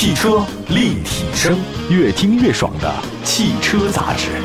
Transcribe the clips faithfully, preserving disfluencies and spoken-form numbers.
汽车立体声，越听越爽的汽车杂志。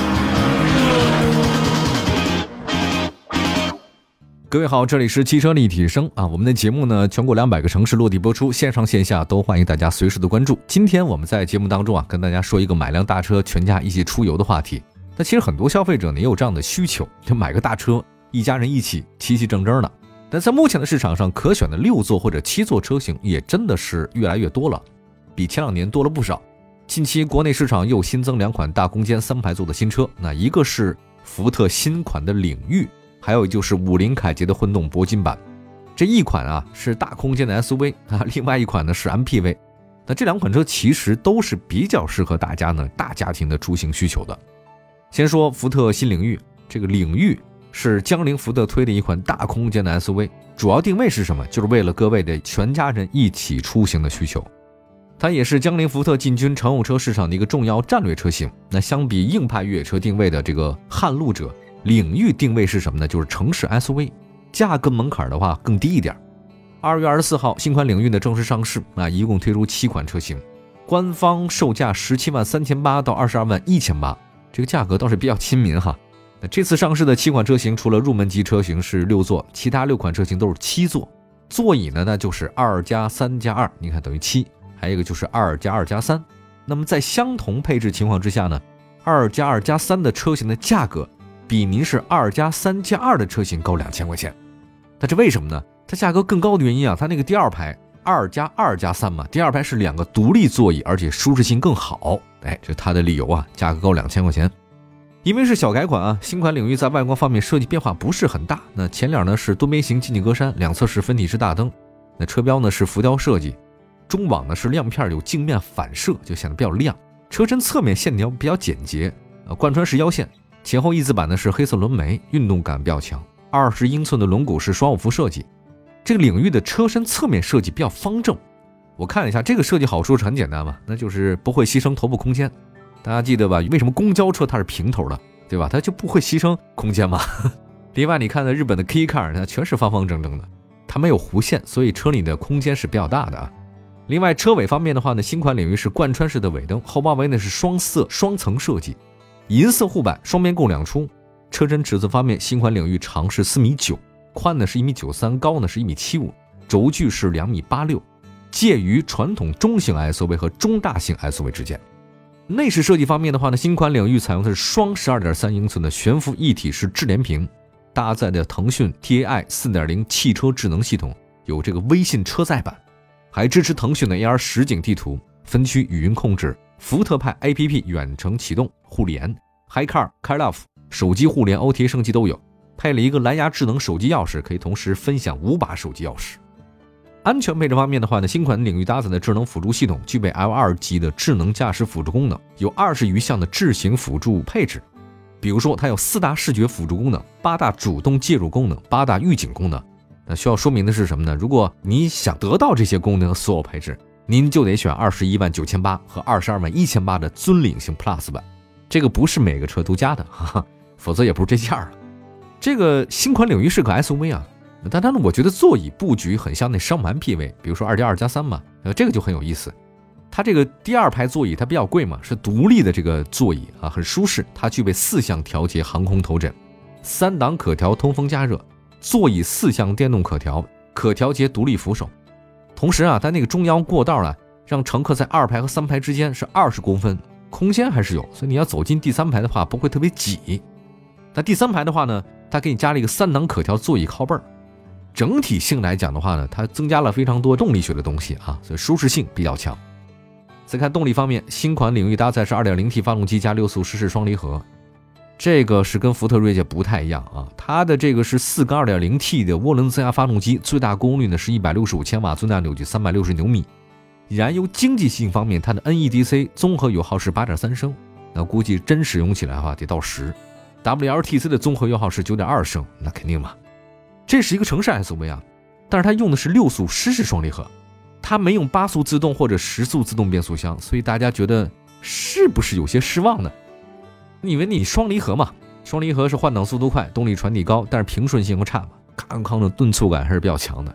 各位好，这里是汽车立体声啊，我们的节目呢，全国两百个城市落地播出，线上线下都欢迎大家随时的关注。今天我们在节目当中啊，跟大家说一个买辆大车全家一起出游的话题。那其实很多消费者呢也有这样的需求，就买个大车，一家人一起齐齐整整的。但在目前的市场上，可选的六座或者七座车型也真的是越来越多了，比前两年多了不少。近期国内市场又新增两款大空间三排座的新车，那一个是福特新款的领域，还有就是五菱凯捷的混动铂金版。这一款啊是大空间的 S U V 啊，另外一款呢是 M P V。那这两款车其实都是比较适合大家呢大家庭的出行需求的。先说福特新领域，这个领域是江铃福特推的一款大空间的 S U V， 主要定位是什么？就是为了各位的全家人一起出行的需求。它也是江铃福特进军乘用车市场的一个重要战略车型。那相比硬派越野车定位的这个撼路者，领域定位是什么呢？就是城市 S U V， 价格门槛的话更低一点。二月二十四号，新款领域的正式上市啊，一共推出七款车型，官方售价十七万三千八到二十二万一千八，这个价格倒是比较亲民哈。那这次上市的七款车型，除了入门级车型是六座，其他六款车型都是七座。座椅呢，那就是二加三加二，你看等于七，还有一个就是二加二加三。那么在相同配置情况之下呢，二加二加三的车型的价格比您是二加三加二的车型高两千块钱。那这为什么呢？它价格更高的原因啊，它那个第二排二加二加三嘛，第二排是两个独立座椅，而且舒适性更好。哎，这它的理由啊，价格高两千块钱。因为是小改款啊，新款领域在外观方面设计变化不是很大。那前脸呢是多边形进气格栅，两侧是分体式大灯。那车标呢是浮雕设计，中网呢是亮片，有镜面反射，就显得比较亮。车身侧面线条比较简洁，呃，贯穿式腰线。前后翼子板呢是黑色轮眉，运动感比较强。二十英寸的轮毂是双五辐设计。这个领域的车身侧面设计比较方正。我看了一下，这个设计好处是很简单嘛，那就是不会牺牲头部空间。大家记得吧？为什么公交车它是平头的，对吧？它就不会牺牲空间嘛。另外你看的日本的 K Car 它全是方方正正的，它没有弧线，所以车里的空间是比较大的啊。另外车尾方面的话呢，新款领域是贯穿式的尾灯，后包围呢是双色双层设计，银色护板，双边共两出。车身尺寸方面，新款领域长是四米九，宽呢是一米九三，高呢是一米七五，轴距是两米八六，介于传统中型 S U V 和中大型 S U V 之间。内饰设计方面的话呢，新款领域采用的是双 十二点三英寸的悬浮一体式智联屏，搭载的腾讯 T A I 四点零 汽车智能系统，有这个微信车载版，还支持腾讯的 A R 实景地图、分区语音控制、福特派 A P P 远程启动、互联、HiCar CarLove 手机互联 O T A 升级都有，配了一个蓝牙智能手机钥匙，可以同时分享五把手机钥匙。安全配置方面的话呢，新款领域搭载的智能辅助系统具备 L 二 级的智能驾驶辅助功能，有二十余项的智行辅助配置。比如说它有四大视觉辅助功能，八大主动介入功能，八大预警功能。那需要说明的是什么呢？如果你想得到这些功能和所有配置，您就得选二十一万九千八和二十二万一千八的尊领型 Plus 版，这个不是每个车都加的，哈哈，否则也不是这价了。这个新款领域是个 S U V 啊，但是我觉得座椅布局很像那商务 M P V， 比如说二加二加三嘛，呃，这个就很有意思。它这个第二排座椅它比较贵嘛，是独立的这个座椅啊，很舒适。它具备四项调节航空头枕，三档可调通风加热，座椅四项电动可调，可调节独立扶手。同时啊，它那个中央过道呢，让乘客在二排和三排之间是二十公分，空间还是有，所以你要走进第三排的话不会特别挤。那第三排的话呢，它给你加了一个三档可调座椅靠背儿。整体性来讲的话呢，它增加了非常多动力学的东西啊，所以舒适性比较强。再看动力方面，新款领域搭载是 二点零 T 发动机加六速湿式双离合，这个是跟福特锐界不太一样啊，它的这个是四个 二点零 T 的涡轮增压发动机，最大功率呢是一百六十五千瓦，最大扭矩三百六十牛米。燃油经济性方面，它的 N E D C 综合油耗是 八点三升，那估计真使用起来的话得到十。W L T C 的综合油耗是 九点二升，那肯定嘛。这是一个城市 S U V 啊，但是它用的是六速湿式双离合，它没用八速自动或者十速自动变速箱，所以大家觉得是不是有些失望呢？因为你双离合嘛，双离合是换挡速度快，动力传递高，但是平顺性又差嘛，康康的顿挫感还是比较强的。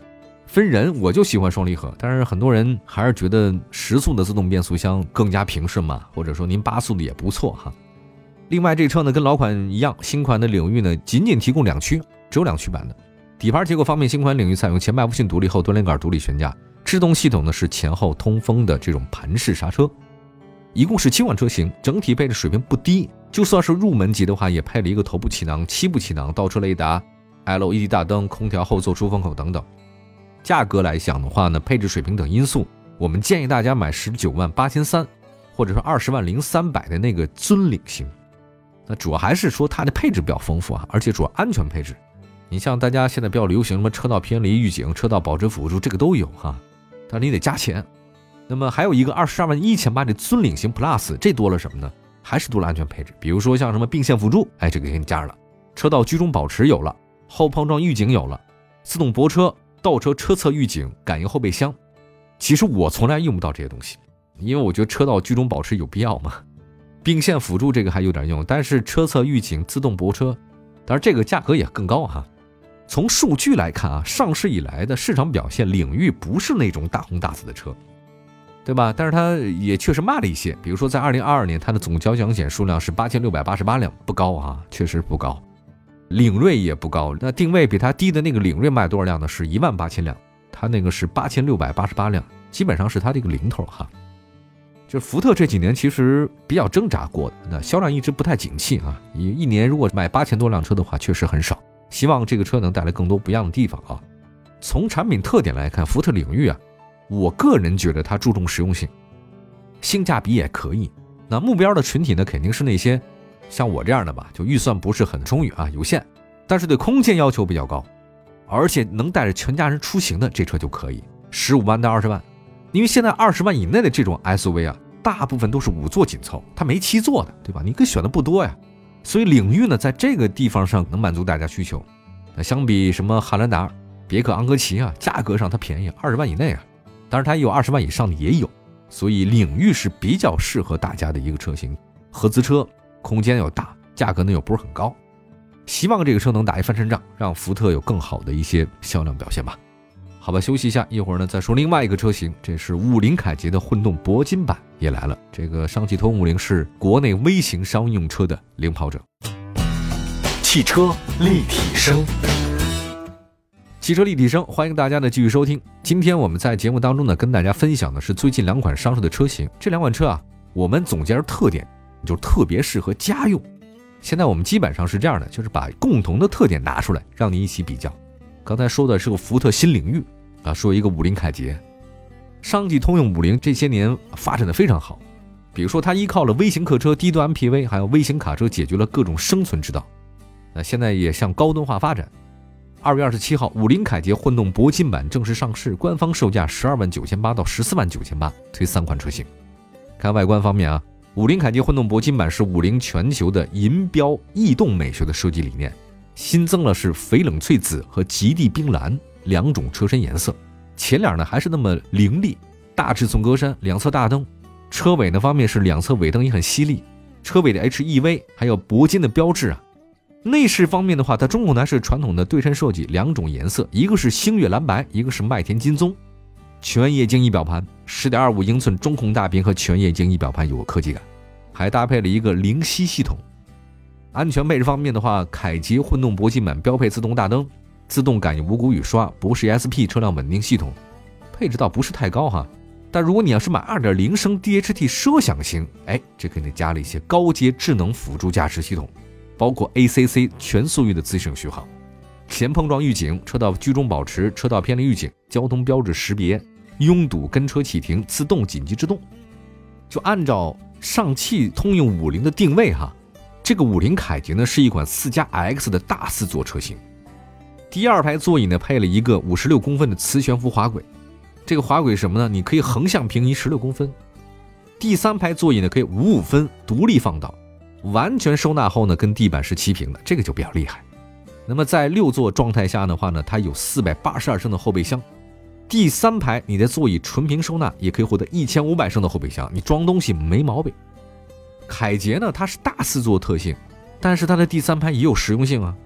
分人，我就喜欢双离合，但是很多人还是觉得十速的自动变速箱更加平顺嘛，或者说您八速的也不错哈。另外这车呢跟老款一样，新款的领域呢仅仅提供两驱，只有两驱版的。底盘结构方面，新款领域采用前麦弗逊独立后多连杆独立悬架，制动系统呢是前后通风的这种盘式刹车。一共是七款车型，整体配置水平不低，就算是入门级的话也配了一个头部气囊、七部气囊、倒车雷达、L E D 大灯、空调后座出风口等等。价格来讲的话呢，配置水平等因素，我们建议大家买十九万八千三，或者说二十万零三百的那个尊领型。那主要还是说它的配置比较丰富啊，而且主要安全配置。你像大家现在比较流行什么车道偏离预警、车道保持辅助，这个都有哈，但是你得加钱。那么还有一个二十二万一千八的尊领型 Plus， 这多了什么呢？还是多了安全配置，比如说像什么并线辅助，哎，这个给你加了，车道居中保持有了，后碰撞预警有了，自动泊车、倒车车侧预警、感应后备箱。其实我从来用不到这些东西，因为我觉得车道居中保持有必要吗？并线辅助这个还有点用，但是车侧预警、自动泊车，当然这个价格也更高哈。从数据来看啊，上市以来的市场表现，领域不是那种大红大紫的车，对吧？但是它也确实慢了一些，比如说在二零二二年，它的总交强险数量是八千六百八十八辆，不高啊，确实不高。领锐也不高，那定位比它低的那个领锐卖多少辆呢？是一万八千辆，它那个是八千六百八十八辆，基本上是它这个零头哈。就福特这几年其实比较挣扎过的，那销量一直不太景气啊，一年如果买八千多辆车的话，确实很少。希望这个车能带来更多不一样的地方啊。从产品特点来看，福特领域啊，我个人觉得它注重实用性，性价比也可以。那目标的群体呢，肯定是那些像我这样的吧，就预算不是很充裕啊，有限，但是对空间要求比较高，而且能带着全家人出行的这车就可以，十五万到二十万。因为现在二十万以内的这种 S U V 啊，大部分都是五座紧凑，它没七座的，对吧？你可选的不多呀。所以领域呢，在这个地方上能满足大家需求。那相比什么汉兰达、别克昂科旗啊，价格上它便宜，二十万以内啊。当然它也有二十万以上的也有，所以领域是比较适合大家的一个车型。合资车空间又大，价格呢又不是很高，希望这个车能打一翻身仗，让福特有更好的一些销量表现吧。好吧，休息一下，一会儿呢再说另外一个车型，这是五菱凯捷的混动铂金版也来了。这个上汽通用五菱是国内微型商用车的领跑者。 汽车立体声， 汽车立体声，欢迎大家的继续收听。今天我们在节目当中呢，跟大家分享的是最近两款上市的车型。这两款车啊，我们总结特点，就是特别适合家用。现在我们基本上是这样的，就是把共同的特点拿出来，让你一起比较。刚才说的是个福特新领域啊，说一个五菱凯捷。上汽通用五菱这些年发展的非常好，比如说它依靠了微型客车、低端 M P V 还有微型卡车，解决了各种生存之道。那现在也向高端化发展。二月二十七号，五菱凯捷混动铂金版正式上市，官方售价十二万九千八到十四万九千八，推三款车型。看外观方面啊，五菱凯捷混动铂金版是五菱全球的银标逸动美学的设计理念，新增了是翡冷翠紫和极地冰蓝两种车身颜色。前脸呢还是那么凌厉，大尺寸格栅，两侧大灯。车尾呢方面是两侧尾灯也很犀利，车尾的 H E V 还有铂金的标志啊。内饰方面的话，它中控台是传统的对称设计，两种颜色，一个是星月蓝白，一个是麦田金棕。全液晶仪表盘 十点二五英寸中控大屏和全液晶仪表盘有科技感，还搭配了一个灵犀系统。安全配置方面的话，凯捷混动铂金版标配自动大灯、自动感应无骨雨刷、博世 E S P 车辆稳定系统，配置倒不是太高哈。但如果你要是买 二点零 升 D H T 奢享型，哎，这给你加了一些高阶智能辅助驾驶系统，包括 A C C 全速域的自适应续航、前碰撞预警、车道居中保持、车道偏离预警、交通标志识别、拥堵跟车启停、自动紧急制动。就按照上汽通用五菱的定位哈，这个五菱凯捷呢是一款 四加 X 的大四座车型。第二排座椅呢配了一个五十六公分的磁悬浮滑轨，这个滑轨什么呢？你可以横向平移十六公分。第三排座椅呢可以五五分独立放倒，完全收纳后呢跟地板是齐平的，这个就比较厉害。那么在六座状态下的话呢，它有四百八十二升的后备箱。第三排你的座椅纯平收纳，也可以获得一千五百升的后备箱，你装东西没毛病。凯捷呢它是大四座特性，但是它的第三排也有实用性啊。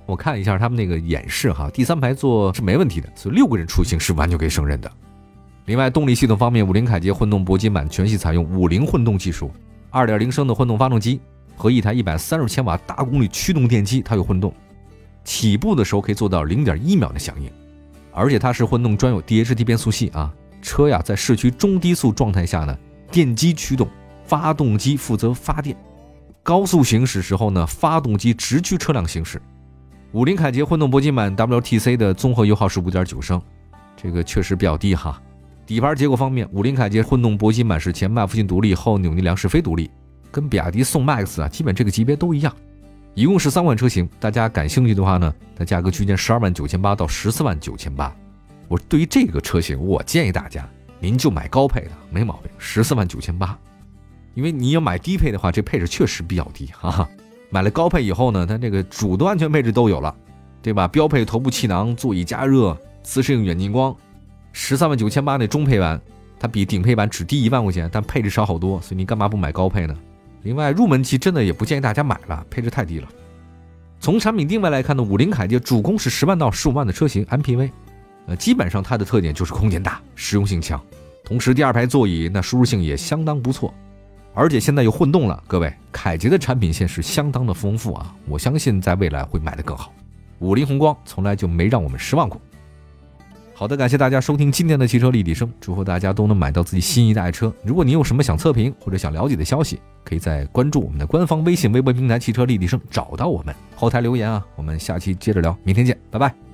我看了一下他们那个演示哈，第三排座是没问题的，所以六个人出行是完全可以胜任的。另外动力系统方面，五菱凯捷混动铂金版全系采用五菱混动技术， 二点零 升的混动发动机和一台一百三十千瓦大功率驱动电机，它有混动，起步的时候可以做到 零点一秒的响应，而且它是混动专有 D H T 变速器啊。车呀在市区中低速状态下呢，电机驱动，发动机负责发电，高速行驶时候呢，发动机直驱车辆行驶。五菱凯捷混动铂金版 W T C 的综合油耗是 五点九 升，这个确实比较低哈。底盘结构方面，五菱凯捷混动铂金版是前麦弗逊独立，后扭力梁是非独立，跟比亚迪宋 MAX 啊，基本这个级别都一样。一共是三款车型，大家感兴趣的话呢，它价格区间十二万九千八到十四万九千八。我对于这个车型，我建议大家您就买高配的，没毛病，十四万九千八。因为你要买低配的话，这配置确实比较低哈哈。买了高配以后呢，它这个主动安全配置都有了，对吧？标配头部气囊、座椅加热、自适应远近光。十三万九千八那中配版，它比顶配版只低一万块钱，但配置少好多，所以你干嘛不买高配呢？另外入门级真的也不建议大家买了，配置太低了。从产品定位来看呢，五菱凯捷主攻是十万到十五万的车型 M P V， 呃，基本上它的特点就是空间大，实用性强，同时第二排座椅那舒适性也相当不错，而且现在又混动了，各位，凯捷的产品线是相当的丰富啊，我相信在未来会卖得更好。五菱宏光从来就没让我们失望过。好的，感谢大家收听今天的汽车立体声，祝福大家都能买到自己心仪的爱车。如果你有什么想测评或者想了解的消息，可以在关注我们的官方微信微博平台汽车立体声找到我们，后台留言啊。我们下期接着聊，明天见，拜拜。